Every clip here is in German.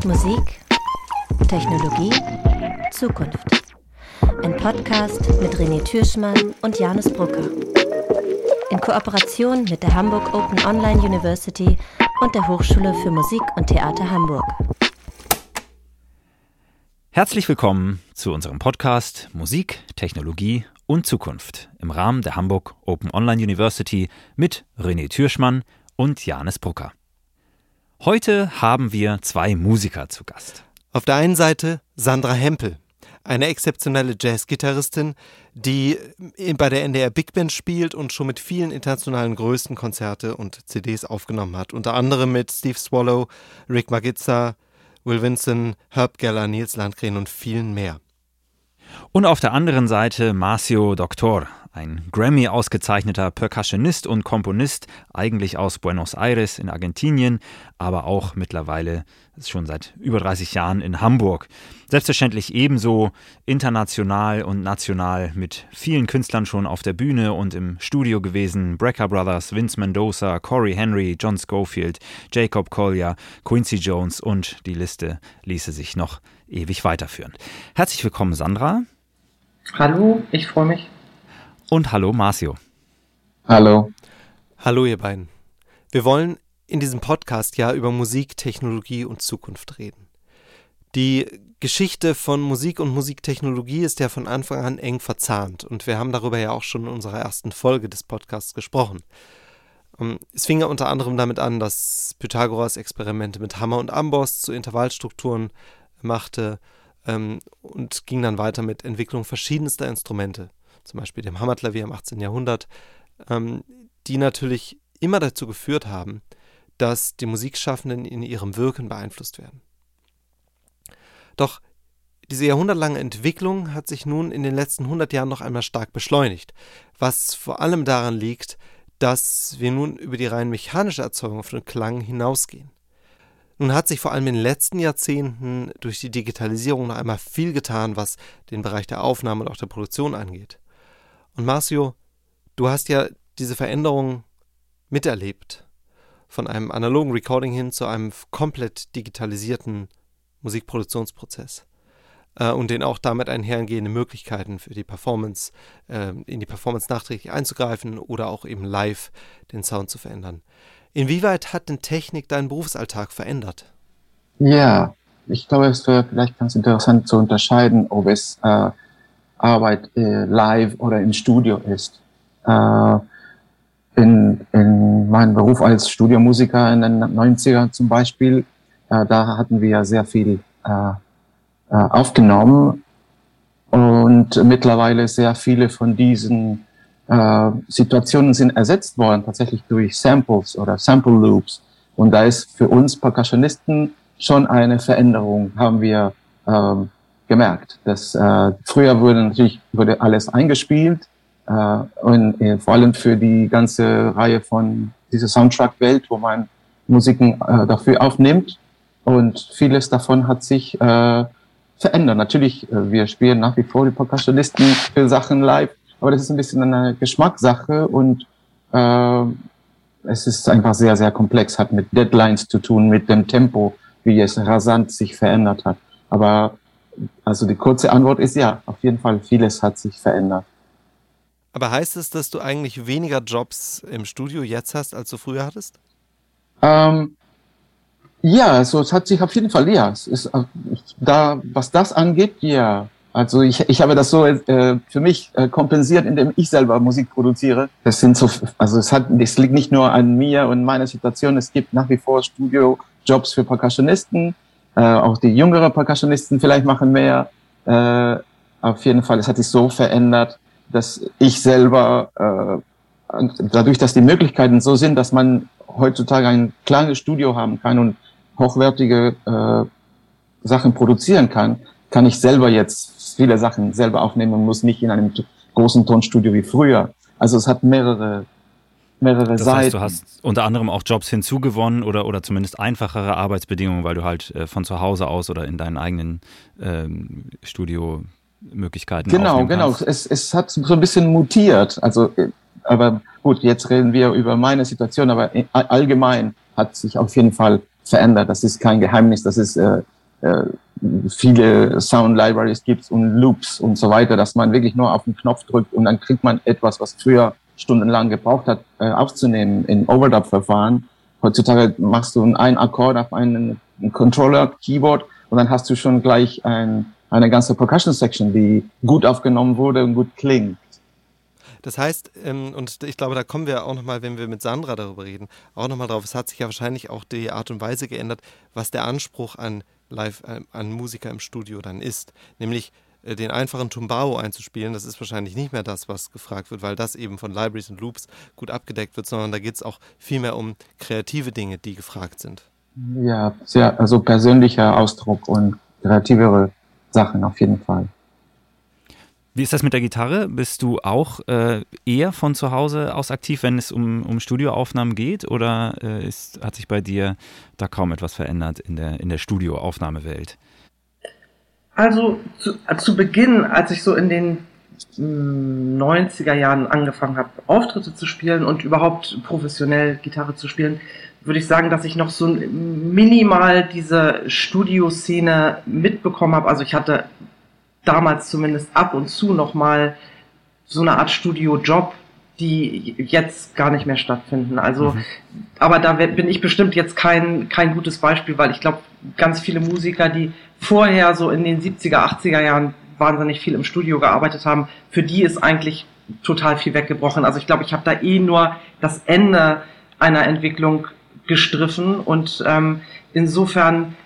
Musik, Technologie, Zukunft. Ein Podcast mit René Türschmann und Janus Brucker. In Kooperation mit der Hamburg Open Online University und der Hochschule für Musik und Theater Hamburg. Herzlich willkommen zu unserem Podcast Musik, Technologie und Zukunft im Rahmen der Hamburg Open Online University mit René Türschmann und Janus Brucker. Heute haben wir zwei Musiker zu Gast. Auf der einen Seite Sandra Hempel, eine exzeptionelle Jazzgitarristin, die bei der NDR Big Band spielt und schon mit vielen internationalen Größen Konzerte und CDs aufgenommen hat. Unter anderem mit Steve Swallow, Rick Magizza, Will Vinson, Herb Geller, Nils Landgren und vielen mehr. Und auf der anderen Seite Maceo Doctor, ein Grammy-ausgezeichneter Percussionist und Komponist, eigentlich aus Buenos Aires in Argentinien, aber auch mittlerweile schon seit über 30 Jahren in Hamburg. Selbstverständlich ebenso international und national mit vielen Künstlern schon auf der Bühne und im Studio gewesen. Brecker Brothers, Vince Mendoza, Corey Henry, John Scofield, Jacob Collier, Quincy Jones und die Liste ließe sich noch ewig weiterführen. Herzlich willkommen, Sandra. Hallo, ich freue mich. Und hallo, Maceo. Hallo. Hallo, ihr beiden. Wir wollen in diesem Podcast ja über Musik, Technologie und Zukunft reden. Die Geschichte von Musik und Musiktechnologie ist ja von Anfang an eng verzahnt und wir haben darüber ja auch schon in unserer ersten Folge des Podcasts gesprochen. Es fing ja unter anderem damit an, dass Pythagoras Experimente mit Hammer und Amboss zu Intervallstrukturen machte und ging dann weiter mit Entwicklung verschiedenster Instrumente, zum Beispiel dem Hammerklavier im 18. Jahrhundert, die natürlich immer dazu geführt haben, dass die Musikschaffenden in ihrem Wirken beeinflusst werden. Doch diese jahrhundertlange Entwicklung hat sich nun in den letzten 100 Jahren noch einmal stark beschleunigt, was vor allem daran liegt, dass wir nun über die rein mechanische Erzeugung von Klang hinausgehen. Nun hat sich vor allem in den letzten Jahrzehnten durch die Digitalisierung noch einmal viel getan, was den Bereich der Aufnahme und auch der Produktion angeht. Und Maceo, du hast ja diese Veränderung miterlebt, von einem analogen Recording hin zu einem komplett digitalisierten Musikproduktionsprozess und den auch damit einhergehende Möglichkeiten für die Performance, in die Performance nachträglich einzugreifen oder auch eben live den Sound zu verändern. Inwieweit hat denn Technik deinen Berufsalltag verändert? Ja, ich glaube, es wäre vielleicht ganz interessant zu unterscheiden, ob es Arbeit live oder im Studio ist. In meinem Beruf als Studiomusiker in den 90ern zum Beispiel, da hatten wir ja sehr viel aufgenommen und mittlerweile sehr viele von diesen Situationen sind ersetzt worden, tatsächlich durch Samples oder Sample Loops. Und da ist für uns Percussionisten schon eine Veränderung, haben wir gemerkt. Dass früher wurde alles eingespielt und vor allem für die ganze Reihe von dieser Soundtrack-Welt, wo man Musiken dafür aufnimmt. Und vieles davon hat sich verändert. Natürlich, wir spielen nach wie vor die Percussionisten für Sachen live, aber das ist ein bisschen eine Geschmackssache und es ist einfach sehr, sehr komplex, hat mit Deadlines zu tun, mit dem Tempo, wie es rasant sich verändert hat. Aber also die kurze Antwort ist ja, auf jeden Fall, vieles hat sich verändert. Aber heißt es, dass du eigentlich weniger Jobs im Studio jetzt hast, als du früher hattest? Ja, also es hat sich auf jeden Fall, ja, es ist da, was das angeht, ja. Also ich habe das so für mich kompensiert, indem ich selber Musik produziere. Das sind so, also es liegt nicht nur an mir und meiner Situation. Es gibt nach wie vor Studio-Jobs für Percussionisten. Auch die jüngeren Percussionisten vielleicht machen mehr. Auf jeden Fall, es hat sich so verändert, dass ich selber, dadurch, dass die Möglichkeiten so sind, dass man heutzutage ein kleines Studio haben kann und hochwertige Sachen produzieren kann ich selber jetzt viele Sachen selber aufnehmen und muss nicht in einem großen Tonstudio wie früher. Also es hat mehrere Seiten. Das heißt, du hast unter anderem auch Jobs hinzugewonnen oder zumindest einfachere Arbeitsbedingungen, weil du halt von zu Hause aus oder in deinen eigenen Studiomöglichkeiten Genau. Es hat so ein bisschen mutiert. Also, aber gut, jetzt reden wir über meine Situation, aber allgemein hat sich auf jeden Fall verändert. Das ist kein Geheimnis, das ist viele Sound Libraries gibt und Loops und so weiter, dass man wirklich nur auf den Knopf drückt und dann kriegt man etwas, was früher stundenlang gebraucht hat, aufzunehmen in Overdub-Verfahren. Heutzutage machst du einen Akkord auf einen Controller-Keyboard und dann hast du schon gleich eine ganze Percussion-Section, die gut aufgenommen wurde und gut klingt. Das heißt, und ich glaube, da kommen wir auch nochmal, wenn wir mit Sandra darüber reden, auch nochmal drauf, es hat sich ja wahrscheinlich auch die Art und Weise geändert, was der Anspruch an Musiker im Studio dann ist. Nämlich den einfachen Tumbao einzuspielen, das ist wahrscheinlich nicht mehr das, was gefragt wird, weil das eben von Libraries und Loops gut abgedeckt wird, sondern da geht es auch viel mehr um kreative Dinge, die gefragt sind. Ja, sehr, also persönlicher Ausdruck und kreativere Sachen auf jeden Fall. Wie ist das mit der Gitarre? Bist du auch eher von zu Hause aus aktiv, wenn es um Studioaufnahmen geht, oder hat sich bei dir da kaum etwas verändert in der Studioaufnahmewelt? Also zu Beginn, als ich so in den 90er Jahren angefangen habe, Auftritte zu spielen und überhaupt professionell Gitarre zu spielen, würde ich sagen, dass ich noch so minimal diese Studioszene mitbekommen habe. Also ich hatte damals zumindest ab und zu nochmal so eine Art Studio-Job, die jetzt gar nicht mehr stattfinden. Also, aber da bin ich bestimmt jetzt kein gutes Beispiel, weil ich glaube, ganz viele Musiker, die vorher so in den 70er, 80er Jahren wahnsinnig viel im Studio gearbeitet haben, für die ist eigentlich total viel weggebrochen. Also ich glaube, ich habe da nur das Ende einer Entwicklung gestriffen und insofern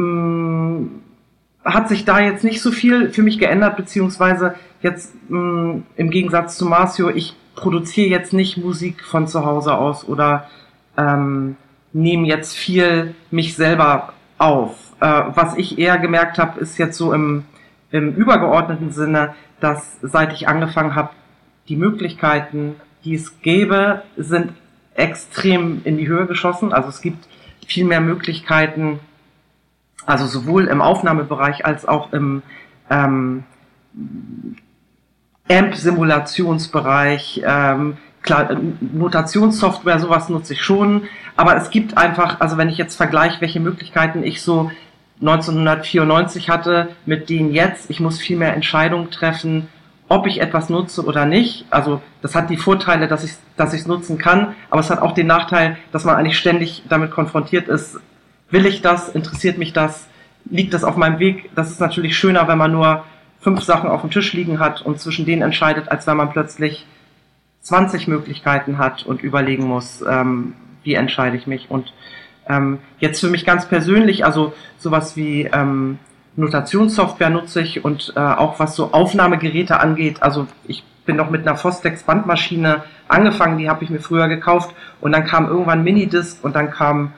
hat sich da jetzt nicht so viel für mich geändert, beziehungsweise jetzt im Gegensatz zu Marcio, ich produziere jetzt nicht Musik von zu Hause aus oder nehme jetzt viel mich selber auf. Was ich eher gemerkt habe, ist jetzt so im übergeordneten Sinne, dass seit ich angefangen habe, die Möglichkeiten, die es gäbe, sind extrem in die Höhe geschossen. Also es gibt viel mehr Möglichkeiten, also sowohl im Aufnahmebereich als auch im Amp-Simulationsbereich, klar, Notationssoftware, sowas nutze ich schon, aber es gibt einfach, also wenn ich jetzt vergleiche, welche Möglichkeiten ich so 1994 hatte mit denen jetzt, ich muss viel mehr Entscheidungen treffen, ob ich etwas nutze oder nicht. Also das hat die Vorteile, dass ich es nutzen kann, aber es hat auch den Nachteil, dass man eigentlich ständig damit konfrontiert ist, will ich das, interessiert mich das, liegt das auf meinem Weg? Das ist natürlich schöner, wenn man nur 5 Sachen auf dem Tisch liegen hat und zwischen denen entscheidet, als wenn man plötzlich 20 Möglichkeiten hat und überlegen muss, wie entscheide ich mich. Und jetzt für mich ganz persönlich, also sowas wie Notationssoftware nutze ich und auch was so Aufnahmegeräte angeht, also ich bin noch mit einer Fostex Bandmaschine angefangen, die habe ich mir früher gekauft und dann kam irgendwann Minidisc und dann kam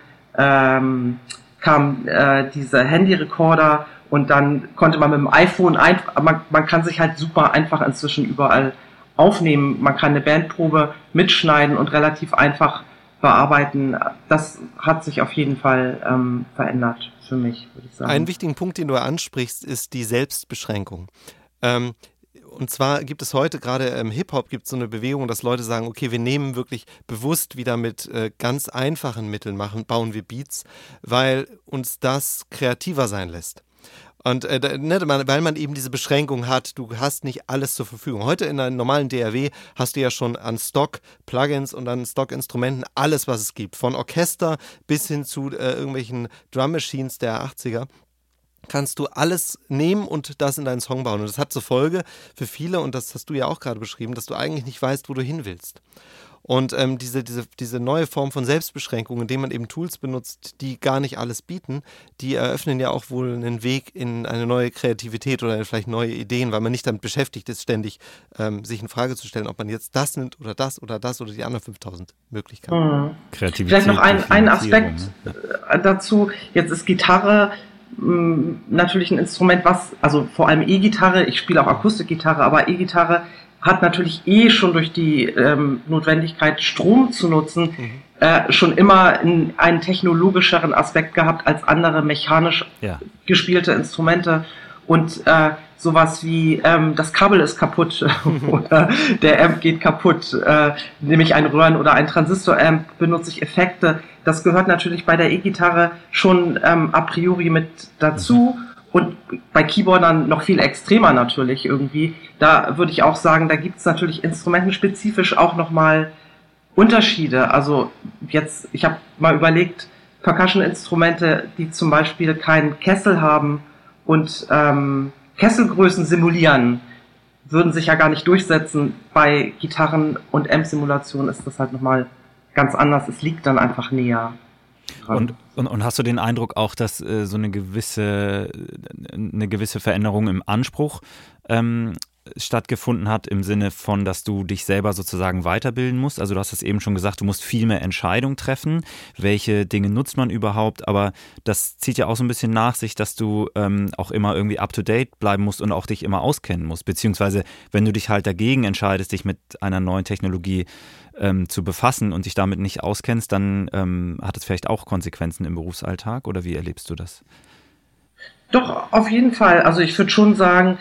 diese Handy-Recorder und dann konnte man mit dem iPhone man kann sich halt super einfach inzwischen überall aufnehmen. Man kann eine Bandprobe mitschneiden und relativ einfach bearbeiten. Das hat sich auf jeden Fall verändert für mich, würde ich sagen. Einen wichtigen Punkt, den du ansprichst, ist die Selbstbeschränkung. Und zwar gibt es heute, gerade im Hip-Hop gibt es so eine Bewegung, dass Leute sagen, okay, wir nehmen wirklich bewusst wieder mit ganz einfachen Mitteln bauen wir Beats, weil uns das kreativer sein lässt. Und weil man eben diese Beschränkung hat, du hast nicht alles zur Verfügung. Heute in einem normalen DAW hast du ja schon an Stock-Plugins und an Stock-Instrumenten alles, was es gibt. Von Orchester bis hin zu irgendwelchen Drum-Machines der 80er. Kannst du alles nehmen und das in deinen Song bauen. Und das hat zur Folge für viele, und das hast du ja auch gerade beschrieben, dass du eigentlich nicht weißt, wo du hin willst. Und diese neue Form von Selbstbeschränkung, indem man eben Tools benutzt, die gar nicht alles bieten, die eröffnen ja auch wohl einen Weg in eine neue Kreativität oder vielleicht neue Ideen, weil man nicht damit beschäftigt ist, ständig sich in Frage zu stellen, ob man jetzt das nimmt oder das oder das oder die anderen 5000 Möglichkeiten. Kreativität. Vielleicht noch ein Aspekt dazu. Jetzt ist Gitarre natürlich ein Instrument, also vor allem E-Gitarre, ich spiele auch Akustikgitarre, aber E-Gitarre hat natürlich schon durch die Notwendigkeit, Strom zu nutzen, schon immer einen technologischeren Aspekt gehabt als andere mechanisch gespielte Instrumente. und sowas wie das Kabel ist kaputt oder der Amp geht kaputt, nehme ich ein Röhren- oder ein Transistor-Amp, benutze ich Effekte. Das gehört natürlich bei der E-Gitarre schon a priori mit dazu. Und bei Keyboardern noch viel extremer natürlich irgendwie. Da würde ich auch sagen, da gibt es natürlich instrumentenspezifisch auch nochmal Unterschiede. Also jetzt, ich habe mal überlegt, Percussion-Instrumente, die zum Beispiel keinen Kessel haben und Kesselgrößen simulieren, würden sich ja gar nicht durchsetzen. Bei Gitarren- und Amp-Simulationen ist das halt nochmal ganz anders. Es liegt dann einfach näher. Und hast du den Eindruck auch, dass so eine gewisse Veränderung im Anspruch stattgefunden hat, im Sinne von, dass du dich selber sozusagen weiterbilden musst? Also du hast es eben schon gesagt, du musst viel mehr Entscheidungen treffen, welche Dinge nutzt man überhaupt, aber das zieht ja auch so ein bisschen nach sich, dass du auch immer irgendwie up-to-date bleiben musst und auch dich immer auskennen musst, beziehungsweise wenn du dich halt dagegen entscheidest, dich mit einer neuen Technologie zu befassen und dich damit nicht auskennst, dann hat es vielleicht auch Konsequenzen im Berufsalltag, oder wie erlebst du das? Doch, auf jeden Fall. Also ich würde schon sagen,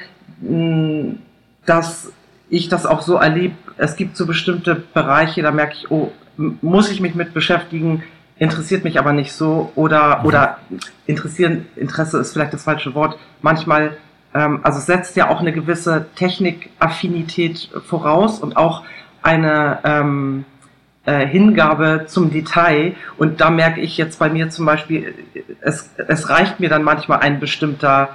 dass ich das auch so erlebe. Es gibt so bestimmte Bereiche, da merke ich, oh, muss ich mich mit beschäftigen, interessiert mich aber nicht so, oder Interesse ist vielleicht das falsche Wort. Manchmal, also es setzt ja auch eine gewisse Technikaffinität voraus und auch eine Hingabe zum Detail, und da merke ich jetzt bei mir zum Beispiel, es reicht mir dann manchmal ein bestimmter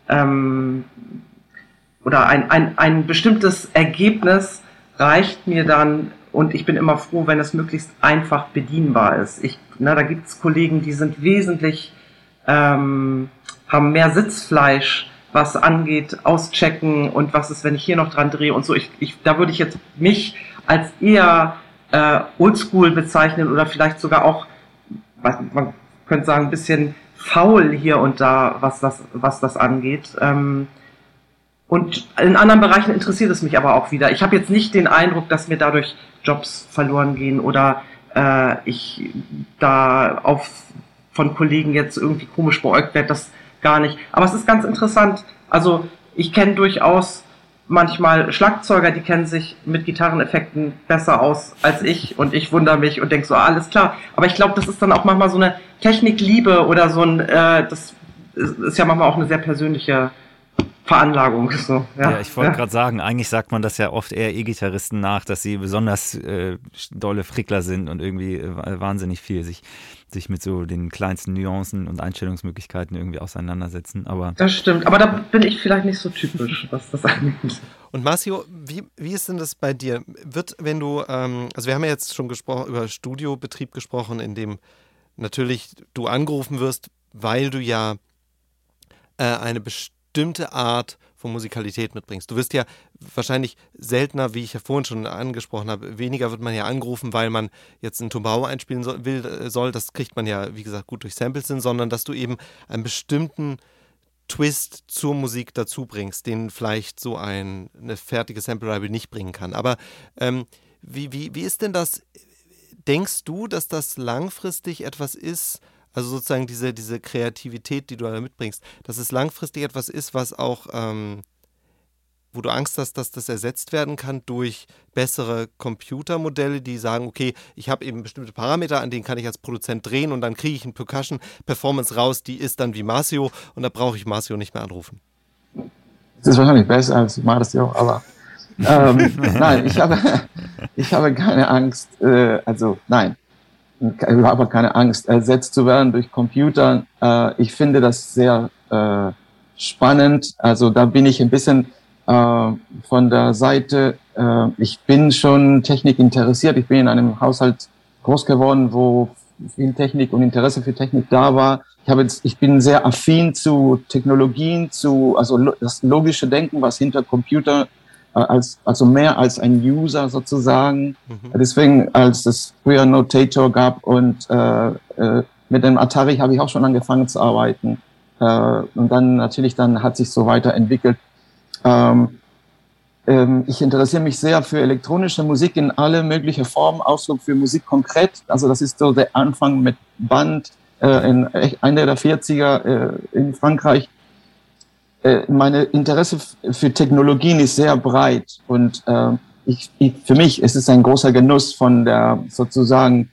oder ein bestimmtes Ergebnis reicht mir dann, und ich bin immer froh, wenn es möglichst einfach bedienbar ist. Da gibt es Kollegen, die sind wesentlich, haben mehr Sitzfleisch, was angeht, auschecken und was ist, wenn ich hier noch dran drehe und so. Da würde ich jetzt mich als eher oldschool bezeichnen oder vielleicht sogar auch, man könnte sagen, ein bisschen faul hier und da, was das angeht. Und in anderen Bereichen interessiert es mich aber auch wieder. Ich habe jetzt nicht den Eindruck, dass mir dadurch Jobs verloren gehen oder ich da von Kollegen jetzt irgendwie komisch beäugt werde, das gar nicht. Aber es ist ganz interessant. Also ich kenne durchaus manchmal Schlagzeuger, die kennen sich mit Gitarreneffekten besser aus als ich, und ich wundere mich und denke so, alles klar. Aber ich glaube, das ist dann auch manchmal so eine Technikliebe oder so das ist ja manchmal auch eine sehr persönliche Veranlagung. So, ja, ich wollte gerade sagen, eigentlich sagt man das ja oft eher E-Gitarristen nach, dass sie besonders dolle Frickler sind und irgendwie wahnsinnig viel sich mit so den kleinsten Nuancen und Einstellungsmöglichkeiten irgendwie auseinandersetzen. Aber das stimmt, aber da bin ich vielleicht nicht so typisch, was das angeht. Und Marcio, wie ist denn das bei dir? Wenn du, also wir haben ja jetzt schon über Studiobetrieb gesprochen, in dem natürlich du angerufen wirst, weil du ja eine bestimmte Art von Musikalität mitbringst. Du wirst ja wahrscheinlich seltener, wie ich ja vorhin schon angesprochen habe, weniger wird man ja angerufen, weil man jetzt einen Tumbao einspielen soll. Das kriegt man ja, wie gesagt, gut durch Samples hin, sondern dass du eben einen bestimmten Twist zur Musik dazu bringst, den vielleicht so eine fertige Sample-Library nicht bringen kann. Aber wie ist denn das? Denkst du, dass das langfristig etwas ist, also sozusagen diese Kreativität, die du da mitbringst, dass es langfristig etwas ist, was auch, wo du Angst hast, dass das ersetzt werden kann durch bessere Computermodelle, die sagen, okay, ich habe eben bestimmte Parameter, an denen kann ich als Produzent drehen und dann kriege ich eine Percussion-Performance raus, die ist dann wie Marcio und da brauche ich Marcio nicht mehr anrufen. Das ist wahrscheinlich besser als Marcio, aber nein, ich habe keine Angst, nein. Ich habe keine Angst, ersetzt zu werden durch Computer. Ich finde das sehr spannend. Also da bin ich ein bisschen von der Seite, ich bin schon Technik interessiert. Ich bin in einem Haushalt groß geworden, wo viel Technik und Interesse für Technik da war. Ich bin sehr affin zu Technologien, also das logische Denken, was hinter Computer also mehr als ein User sozusagen. Deswegen, als es früher Notator gab und mit dem Atari habe ich auch schon angefangen zu arbeiten. Und dann hat sich so weiterentwickelt. Ich interessiere mich sehr für elektronische Musik in alle möglichen Formen, Ausdruck für Musik konkret. Also das ist so der Anfang mit Band in Ende der 40er in Frankreich. meine Interesse für Technologien ist sehr breit und für mich ist es ein großer Genuss von der sozusagen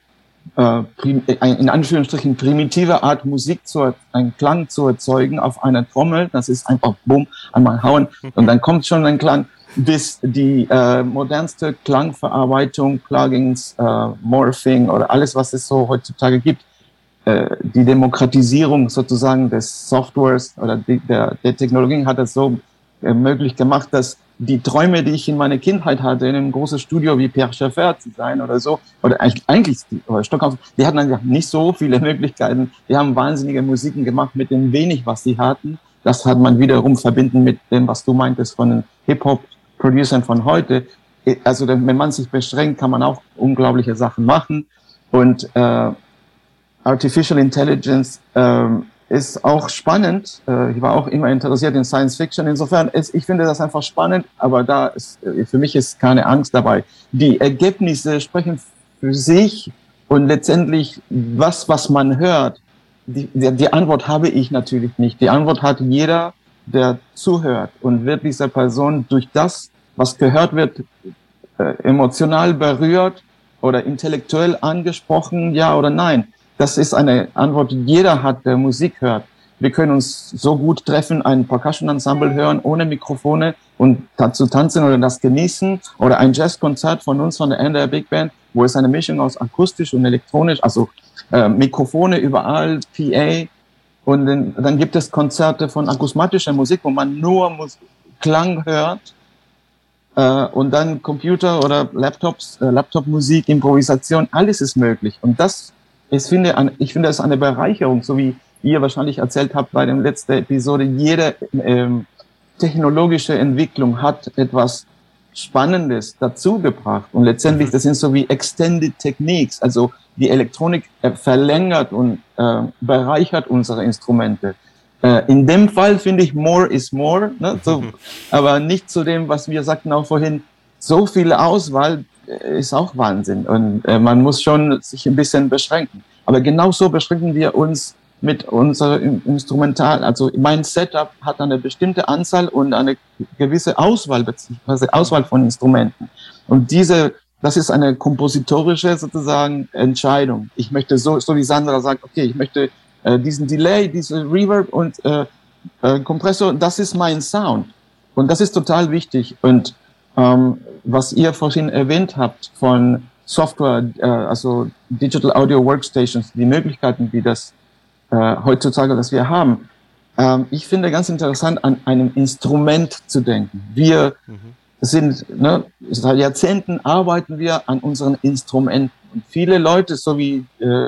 in Anführungsstrichen primitive Art Musik einen Klang zu erzeugen auf einer Trommel. Das ist einfach bumm, einmal hauen und dann kommt schon ein Klang, bis die modernste Klangverarbeitung, Plugins, Morphing oder alles, was es so heutzutage gibt. Die Demokratisierung sozusagen des Softwares oder der Technologien hat es so möglich gemacht, dass die Träume, die ich in meiner Kindheit hatte, in einem großen Studio wie Pierre Schaeffer zu sein oder so, oder eigentlich Stockhausen, die hatten einfach nicht so viele Möglichkeiten. Die haben wahnsinnige Musiken gemacht mit dem wenig, was sie hatten. Das hat man wiederum verbinden mit dem, was du meintest von den Hip-Hop-Producern von heute. Also wenn man sich beschränkt, kann man auch unglaubliche Sachen machen. Und Artificial Intelligence ist auch spannend. Ich war auch immer interessiert in Science Fiction. Insofern, ich finde das einfach spannend, aber für mich ist keine Angst dabei. Die Ergebnisse sprechen für sich und letztendlich was man hört. Die Antwort habe ich natürlich nicht. Die Antwort hat jeder, der zuhört, und wird diese Person durch das, was gehört wird, emotional berührt oder intellektuell angesprochen, ja oder nein. Das ist eine Antwort, die jeder hat, der Musik hört. Wir können uns so gut treffen, ein Percussion-Ensemble hören, ohne Mikrofone und dazu tanzen oder das genießen. Oder ein Jazzkonzert von uns, von der NDR Big Band, wo es eine Mischung aus akustisch und elektronisch, also Mikrofone überall, PA. Und dann gibt es Konzerte von akusmatischer Musik, wo man nur Klang hört. Und dann Computer oder Laptop-Musik, Improvisation, alles ist möglich. Und ich finde es eine Bereicherung, so wie ihr wahrscheinlich erzählt habt bei der letzten Episode. Jede technologische Entwicklung hat etwas Spannendes dazugebracht. Und letztendlich, das sind so wie Extended Techniques. Also die Elektronik verlängert und bereichert unsere Instrumente. In dem Fall finde ich, more is more. Ne? So, aber nicht zu dem, was wir sagten auch vorhin, so viel Auswahl ist auch Wahnsinn und man muss schon sich ein bisschen beschränken. Aber genauso beschränken wir uns mit unserem Instrumental. Also mein Setup hat eine bestimmte Anzahl und eine gewisse Auswahl, beziehungsweise Auswahl von Instrumenten. Und das ist eine kompositorische sozusagen Entscheidung. Ich möchte so wie Sandra sagt, okay, ich möchte diesen Delay, diese Reverb und Kompressor, das ist mein Sound. Und das ist total wichtig. Und was ihr vorhin erwähnt habt von Software, also Digital Audio Workstations, die Möglichkeiten, die das heutzutage, das wir haben. Ich finde ganz interessant, an einem Instrument zu denken. Wir sind, seit Jahrzehnten arbeiten wir an unseren Instrumenten. Und viele Leute, so wie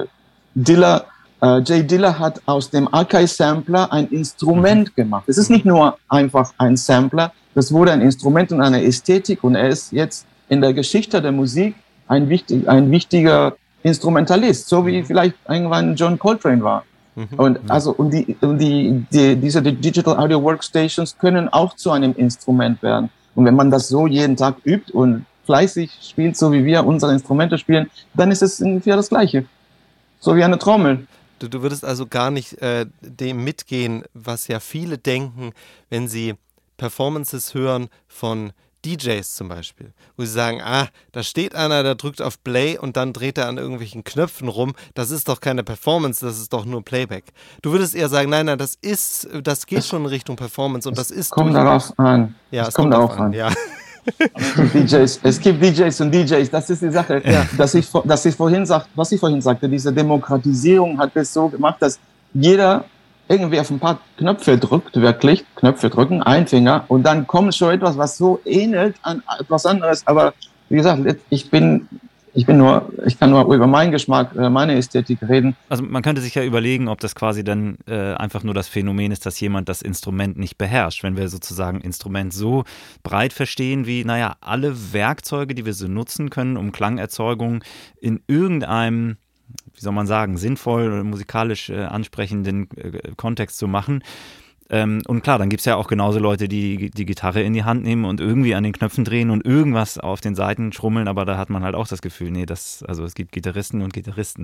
Jay Diller hat aus dem Akai-Sampler ein Instrument gemacht. Es ist nicht nur einfach ein Sampler, das wurde ein Instrument und eine Ästhetik, und er ist jetzt in der Geschichte der Musik ein wichtiger Instrumentalist, so wie vielleicht irgendwann John Coltrane war. Und diese Digital Audio Workstations können auch zu einem Instrument werden. Und wenn man das so jeden Tag übt und fleißig spielt, so wie wir unsere Instrumente spielen, dann ist es ungefähr das Gleiche. So wie eine Trommel. Du würdest also gar nicht dem mitgehen, was ja viele denken, wenn sie Performances hören von DJs zum Beispiel, wo sie sagen, da steht einer, der drückt auf Play und dann dreht er an irgendwelchen Knöpfen rum. Das ist doch keine Performance, das ist doch nur Playback. Du würdest eher sagen, nein, das geht schon in Richtung Performance und das ist... Kommt darauf an. Ja, es kommt darauf an. Ja. Es gibt DJs und DJs, das ist die Sache. Ja. Was ich vorhin sagte, diese Demokratisierung hat es so gemacht, dass jeder irgendwie auf ein paar Knöpfe drückt, wirklich, Knöpfe drücken, ein Finger, und dann kommt schon etwas, was so ähnelt an etwas anderes. Aber wie gesagt, ich kann nur über meinen Geschmack, meine Ästhetik reden. Also man könnte sich ja überlegen, ob das quasi dann einfach nur das Phänomen ist, dass jemand das Instrument nicht beherrscht. Wenn wir sozusagen Instrument so breit verstehen wie, alle Werkzeuge, die wir so nutzen können, um Klangerzeugung in irgendeinem, wie soll man sagen, sinnvoll oder musikalisch ansprechenden Kontext zu machen. Und klar, dann gibt es ja auch genauso Leute, die die Gitarre in die Hand nehmen und irgendwie an den Knöpfen drehen und irgendwas auf den Seiten schrummeln, aber da hat man halt auch das Gefühl, es gibt Gitarristen und Gitarristen.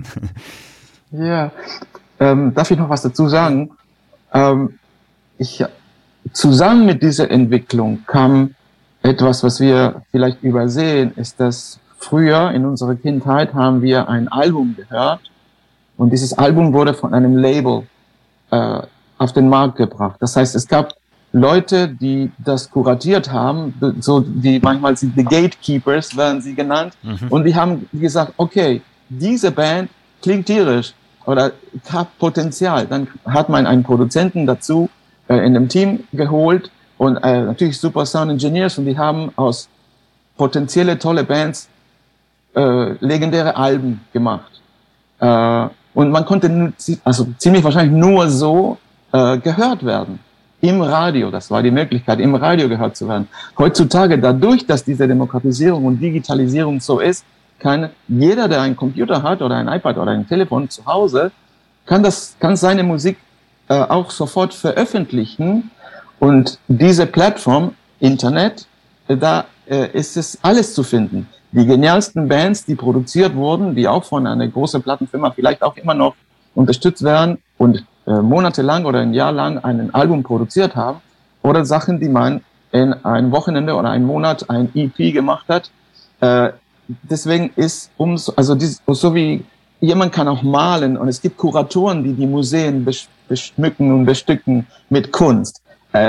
Ja, darf ich noch was dazu sagen? Ich zusammen mit dieser Entwicklung kam etwas, was wir vielleicht übersehen, ist, dass früher in unserer Kindheit haben wir ein Album gehört und dieses Album wurde von einem Label auf den Markt gebracht. Das heißt, es gab Leute, die das kuratiert haben, so die manchmal sind die Gatekeepers, werden sie genannt, und die haben gesagt, okay, diese Band klingt tierisch oder hat Potenzial. Dann hat man einen Produzenten dazu in dem Team geholt und natürlich super Sound Engineers, und die haben aus potenzielle tolle Bands legendäre Alben gemacht. Und man konnte also ziemlich wahrscheinlich nur so gehört werden. Im Radio, das war die Möglichkeit, im Radio gehört zu werden. Heutzutage, dadurch, dass diese Demokratisierung und Digitalisierung so ist, kann jeder, der einen Computer hat oder ein iPad oder ein Telefon zu Hause, kann seine Musik auch sofort veröffentlichen. Und diese Plattform, Internet, da ist es alles zu finden. Die genialsten Bands, die produziert wurden, die auch von einer großen Plattenfirma vielleicht auch immer noch unterstützt werden und monatelang oder ein Jahr lang ein Album produziert haben, oder Sachen, die man in einem Wochenende oder einem Monat ein EP gemacht hat. Deswegen ist so wie jemand kann auch malen, und es gibt Kuratoren, die die Museen beschmücken und bestücken mit Kunst.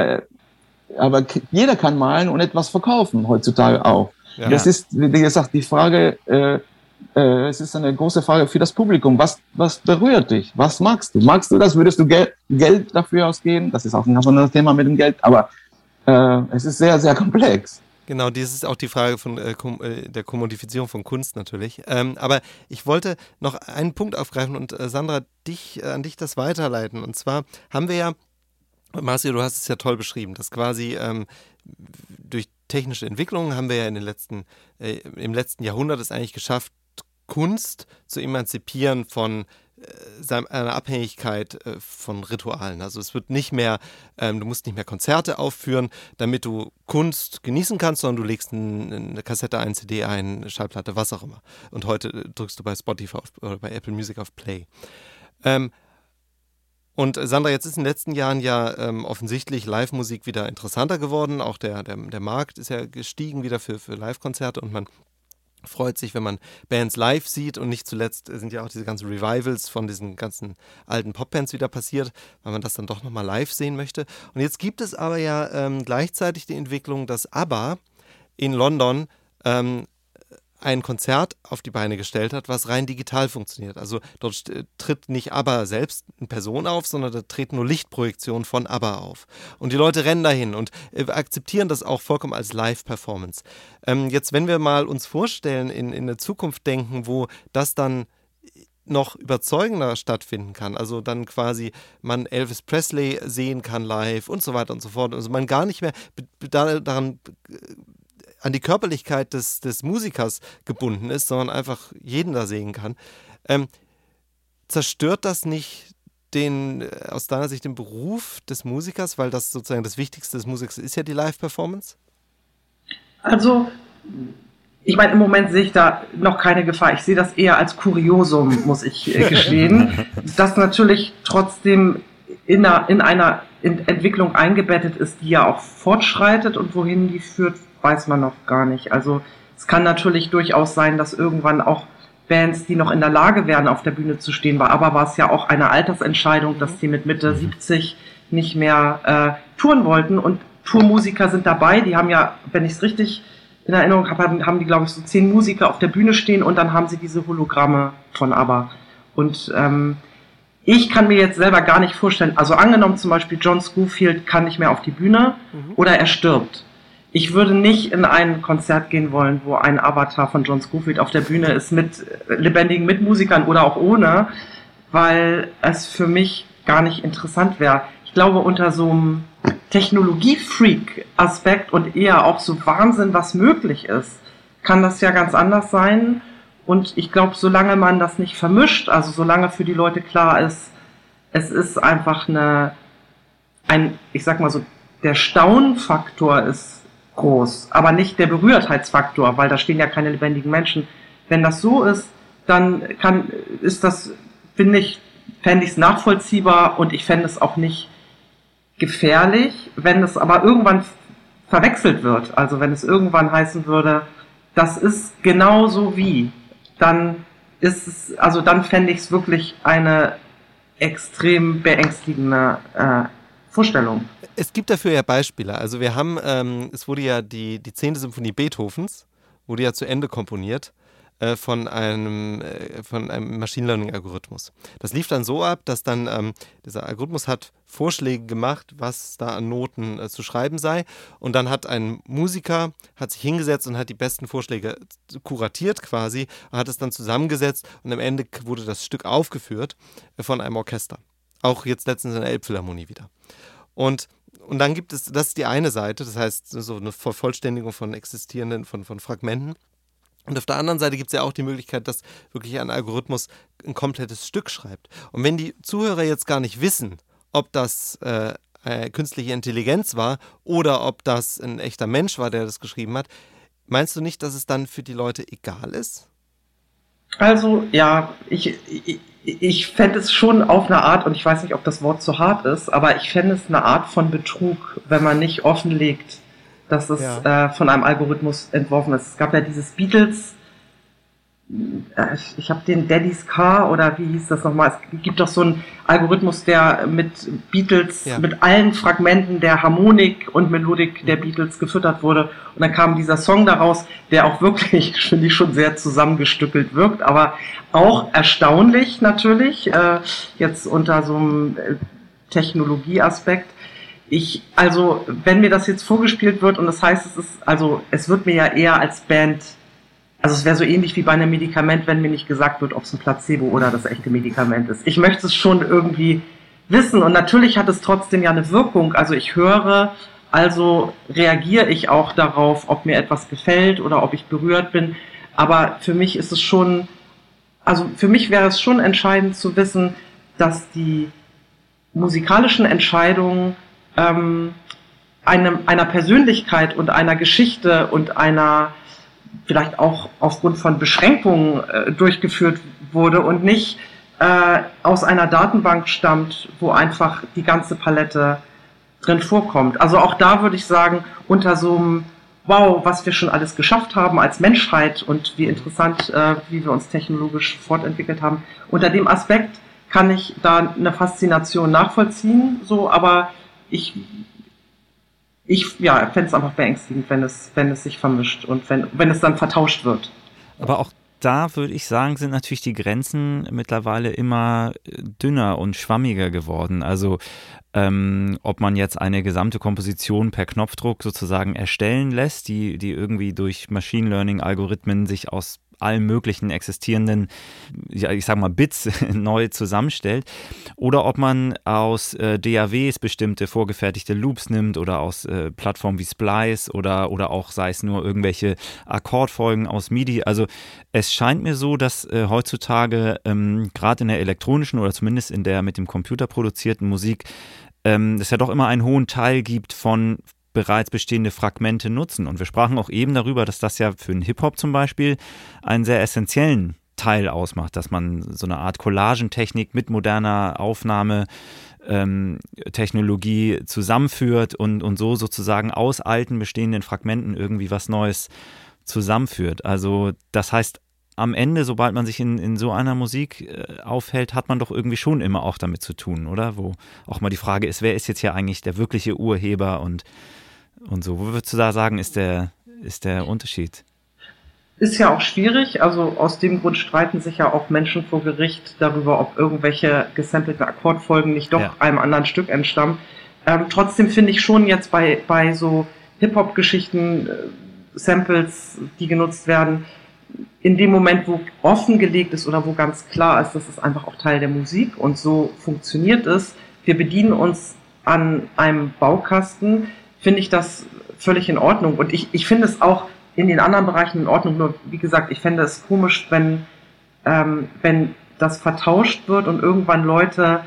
Aber jeder kann malen und etwas verkaufen heutzutage auch. Ja. Das ist, wie gesagt, die Frage, es ist eine große Frage für das Publikum. Was berührt dich? Was magst du? Magst du das? Würdest du Geld dafür ausgeben? Das ist auch ein anderes Thema mit dem Geld, aber es ist sehr, sehr komplex. Genau, das ist auch die Frage von der Kommodifizierung von Kunst natürlich. Aber ich wollte noch einen Punkt aufgreifen und Sandra, an dich das weiterleiten. Und zwar haben wir ja, Marcio, du hast es ja toll beschrieben, dass quasi durch technische Entwicklungen haben wir ja im letzten Jahrhundert es eigentlich geschafft, Kunst zu emanzipieren von einer Abhängigkeit von Ritualen. Also es wird nicht mehr, du musst nicht mehr Konzerte aufführen, damit du Kunst genießen kannst, sondern du legst eine Kassette ein, CD ein, eine Schallplatte, was auch immer. Und heute drückst du bei Spotify oder bei Apple Music auf Play. Und Sandra, jetzt ist in den letzten Jahren ja offensichtlich Live-Musik wieder interessanter geworden. Auch der Markt ist ja gestiegen wieder für Live-Konzerte, und man freut sich, wenn man Bands live sieht, und nicht zuletzt sind ja auch diese ganzen Revivals von diesen ganzen alten Popbands wieder passiert, weil man das dann doch nochmal live sehen möchte. Und jetzt gibt es aber ja gleichzeitig die Entwicklung, dass ABBA in London ein Konzert auf die Beine gestellt hat, was rein digital funktioniert. Also dort tritt nicht ABBA selbst in Person auf, sondern da treten nur Lichtprojektionen von ABBA auf. Und die Leute rennen dahin und akzeptieren das auch vollkommen als Live-Performance. Jetzt, wenn wir mal uns vorstellen, in eine Zukunft denken, wo das dann noch überzeugender stattfinden kann, also dann quasi man Elvis Presley sehen kann live und so weiter und so fort, also man gar nicht mehr daran an die Körperlichkeit des Musikers gebunden ist, sondern einfach jeden da sehen kann. Zerstört das nicht aus deiner Sicht den Beruf des Musikers, weil das sozusagen das Wichtigste des Musikers ist ja die Live-Performance? Also, ich meine, im Moment sehe ich da noch keine Gefahr. Ich sehe das eher als Kuriosum, muss ich gestehen, das natürlich trotzdem in einer Entwicklung eingebettet ist, die ja auch fortschreitet, und wohin die führt, weiß man noch gar nicht. Also es kann natürlich durchaus sein, dass irgendwann auch Bands, die noch in der Lage wären, auf der Bühne zu stehen, aber war es ja auch eine Altersentscheidung, dass die mit Mitte 70 nicht mehr touren wollten, und Tourmusiker sind dabei, die haben ja, wenn ich es richtig in Erinnerung habe, haben die, glaube ich, so 10 Musiker auf der Bühne stehen, und dann haben sie diese Hologramme von ABBA. Und ich kann mir jetzt selber gar nicht vorstellen, also angenommen zum Beispiel John Scofield kann nicht mehr auf die Bühne oder er stirbt. Ich würde nicht in ein Konzert gehen wollen, wo ein Avatar von John Scofield auf der Bühne ist mit lebendigen Mitmusikern oder auch ohne, weil es für mich gar nicht interessant wäre. Ich glaube, unter so einem Technologie-Freak-Aspekt und eher auch so Wahnsinn, was möglich ist, kann das ja ganz anders sein. Und ich glaube, solange man das nicht vermischt, also solange für die Leute klar ist, es ist einfach ich sag mal so, der Staunfaktor ist groß, aber nicht der Berührtheitsfaktor, weil da stehen ja keine lebendigen Menschen. Wenn das so ist, dann fände ich es nachvollziehbar, und ich fände es auch nicht gefährlich, wenn es aber irgendwann verwechselt wird. Also wenn es irgendwann heißen würde, das ist genauso wie, dann ist es, also dann fände ich es wirklich eine extrem beängstigende Vorstellung. Es gibt dafür ja Beispiele. Also wir haben, es wurde ja die 10. Symphonie Beethovens, wurde ja zu Ende komponiert von einem Machine Learning Algorithmus. Das lief dann so ab, dass dann dieser Algorithmus hat Vorschläge gemacht, was da an Noten zu schreiben sei, und dann hat ein Musiker hat sich hingesetzt und hat die besten Vorschläge kuratiert quasi, hat es dann zusammengesetzt und am Ende wurde das Stück aufgeführt von einem Orchester. Auch jetzt letztens in der Elbphilharmonie wieder. Und dann gibt es, das ist die eine Seite, das heißt so eine Vervollständigung von existierenden, von Fragmenten. Und auf der anderen Seite gibt es ja auch die Möglichkeit, dass wirklich ein Algorithmus ein komplettes Stück schreibt. Und wenn die Zuhörer jetzt gar nicht wissen, ob das künstliche Intelligenz war oder ob das ein echter Mensch war, der das geschrieben hat, meinst du nicht, dass es dann für die Leute egal ist? Also, ja, ich fände es schon auf eine Art, und ich weiß nicht, ob das Wort zu hart ist, aber ich fände es eine Art von Betrug, wenn man nicht offenlegt, dass es von einem Algorithmus entworfen ist. Es gab ja dieses Beatles, ich habe den Daddy's Car, oder wie hieß das nochmal? Es gibt doch so einen Algorithmus, der mit Beatles, mit allen Fragmenten der Harmonik und Melodik der Beatles gefüttert wurde. Und dann kam dieser Song daraus, der auch wirklich, finde ich, schon sehr zusammengestückelt wirkt, aber auch erstaunlich natürlich, jetzt unter so einem Technologieaspekt. Also, wenn mir das jetzt vorgespielt wird und das heißt, es wird mir ja eher als Band, also es wäre so ähnlich wie bei einem Medikament, wenn mir nicht gesagt wird, ob es ein Placebo oder das echte Medikament ist. Ich möchte es schon irgendwie wissen, und natürlich hat es trotzdem ja eine Wirkung. Also ich höre, also reagiere ich auch darauf, ob mir etwas gefällt oder ob ich berührt bin. Aber für mich ist es schon, also für mich wäre es schon entscheidend zu wissen, dass die musikalischen Entscheidungen einer Persönlichkeit und einer Geschichte und einer vielleicht auch aufgrund von Beschränkungen durchgeführt wurde und nicht aus einer Datenbank stammt, wo einfach die ganze Palette drin vorkommt. Also auch da würde ich sagen, unter so einem wow, was wir schon alles geschafft haben als Menschheit und wie interessant, wie wir uns technologisch fortentwickelt haben, unter dem Aspekt kann ich da eine Faszination nachvollziehen, so, aber ich fände es einfach beängstigend, wenn es sich vermischt und wenn es dann vertauscht wird. Aber auch da würde ich sagen, sind natürlich die Grenzen mittlerweile immer dünner und schwammiger geworden. Also ob man jetzt eine gesamte Komposition per Knopfdruck sozusagen erstellen lässt, die irgendwie durch Machine Learning Algorithmen sich aus allen möglichen existierenden, ja, ich sag mal, Bits neu zusammenstellt, oder ob man aus DAWs bestimmte vorgefertigte Loops nimmt oder aus Plattformen wie Splice oder auch, sei es nur irgendwelche Akkordfolgen aus MIDI. Also es scheint mir so, dass heutzutage gerade in der elektronischen oder zumindest in der mit dem Computer produzierten Musik es ja doch immer einen hohen Teil gibt von bereits bestehende Fragmente nutzen. Und wir sprachen auch eben darüber, dass das ja für den Hip-Hop zum Beispiel einen sehr essentiellen Teil ausmacht, dass man so eine Art Collagentechnik mit moderner Aufnahmetechnologie zusammenführt und so sozusagen aus alten bestehenden Fragmenten irgendwie was Neues zusammenführt. Also das heißt, am Ende, sobald man sich in so einer Musik aufhält, hat man doch irgendwie schon immer auch damit zu tun, oder? Wo auch mal die Frage ist, wer ist jetzt hier eigentlich der wirkliche Urheber und so. Wo würdest du da sagen, ist der Unterschied? Ist ja auch schwierig, also aus dem Grund streiten sich ja auch Menschen vor Gericht darüber, ob irgendwelche gesampelten Akkordfolgen nicht doch einem anderen Stück entstammen. Trotzdem finde ich schon jetzt bei so Hip-Hop-Geschichten, Samples, die genutzt werden, in dem Moment, wo offengelegt ist oder wo ganz klar ist, dass es einfach auch Teil der Musik und so funktioniert es, wir bedienen uns an einem Baukasten, finde ich das völlig in Ordnung. Und ich finde es auch in den anderen Bereichen in Ordnung, nur wie gesagt, ich fände es komisch, wenn das vertauscht wird und irgendwann Leute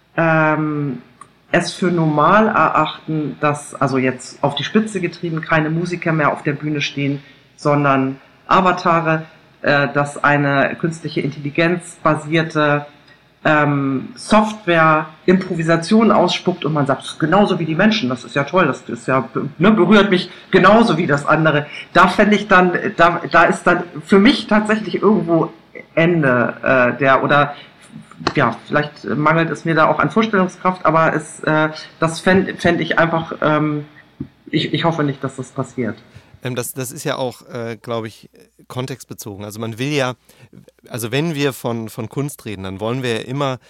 es für normal erachten, dass, also jetzt auf die Spitze getrieben, keine Musiker mehr auf der Bühne stehen, sondern Avatare, dass eine künstliche Intelligenz basierte Software Improvisationen ausspuckt und man sagt, das ist genauso wie die Menschen, das ist ja toll, das ist ja, ne, berührt mich genauso wie das andere. Da fände ich dann, da ist dann für mich tatsächlich irgendwo Ende oder ja, vielleicht mangelt es mir da auch an Vorstellungskraft, aber das fände ich einfach, ich hoffe nicht, dass das passiert. Das ist ja auch, glaube ich, kontextbezogen. Also man will ja, also wenn wir von Kunst reden, dann wollen wir ja immer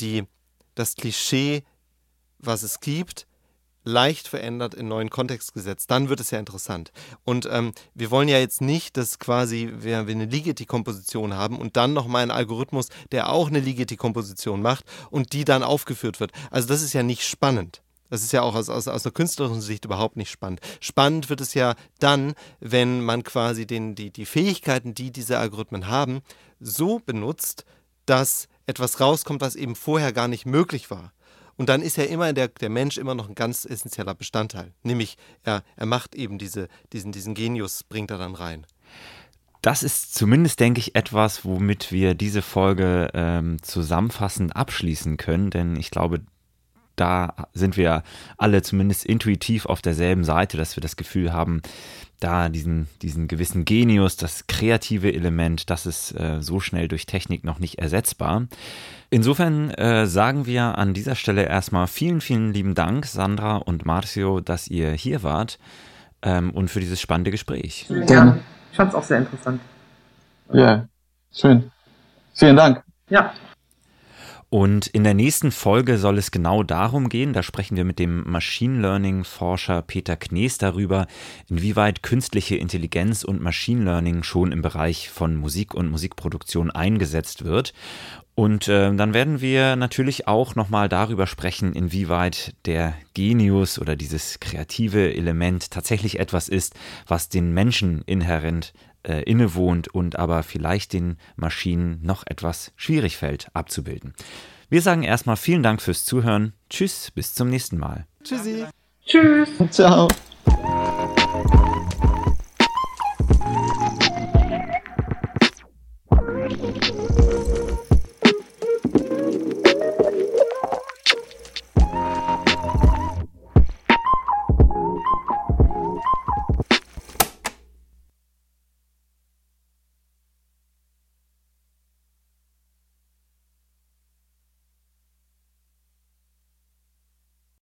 das Klischee, was es gibt, leicht verändert in neuen Kontext gesetzt. Dann wird es ja interessant. Und wir wollen ja jetzt nicht, dass quasi wir eine Ligeti-Komposition haben und dann nochmal einen Algorithmus, der auch eine Ligeti-Komposition macht und die dann aufgeführt wird. Also das ist ja nicht spannend. Das ist ja auch aus einer künstlerischen Sicht überhaupt nicht spannend. Spannend wird es ja dann, wenn man quasi die Fähigkeiten, die diese Algorithmen haben, so benutzt, dass etwas rauskommt, was eben vorher gar nicht möglich war. Und dann ist ja immer der Mensch immer noch ein ganz essentieller Bestandteil. Nämlich er macht eben diesen Genius, bringt er dann rein. Das ist zumindest, denke ich, etwas, womit wir diese Folge zusammenfassend abschließen können, denn ich glaube, da sind wir alle zumindest intuitiv auf derselben Seite, dass wir das Gefühl haben, da diesen gewissen Genius, das kreative Element, das ist so schnell durch Technik noch nicht ersetzbar. Insofern sagen wir an dieser Stelle erstmal vielen, vielen lieben Dank, Sandra und Marcio, dass ihr hier wart und für dieses spannende Gespräch. Ja, ich fand es auch sehr interessant. Ja, schön. Vielen Dank. Ja. Und in der nächsten Folge soll es genau darum gehen, da sprechen wir mit dem Machine Learning-Forscher Peter Knees darüber, inwieweit künstliche Intelligenz und Machine Learning schon im Bereich von Musik und Musikproduktion eingesetzt wird. Und dann werden wir natürlich auch nochmal darüber sprechen, inwieweit der Genius oder dieses kreative Element tatsächlich etwas ist, was den Menschen inhärent innewohnt und aber vielleicht den Maschinen noch etwas schwierig fällt abzubilden. Wir sagen erstmal vielen Dank fürs Zuhören. Tschüss, bis zum nächsten Mal. Tschüssi. Tschüss. Ciao.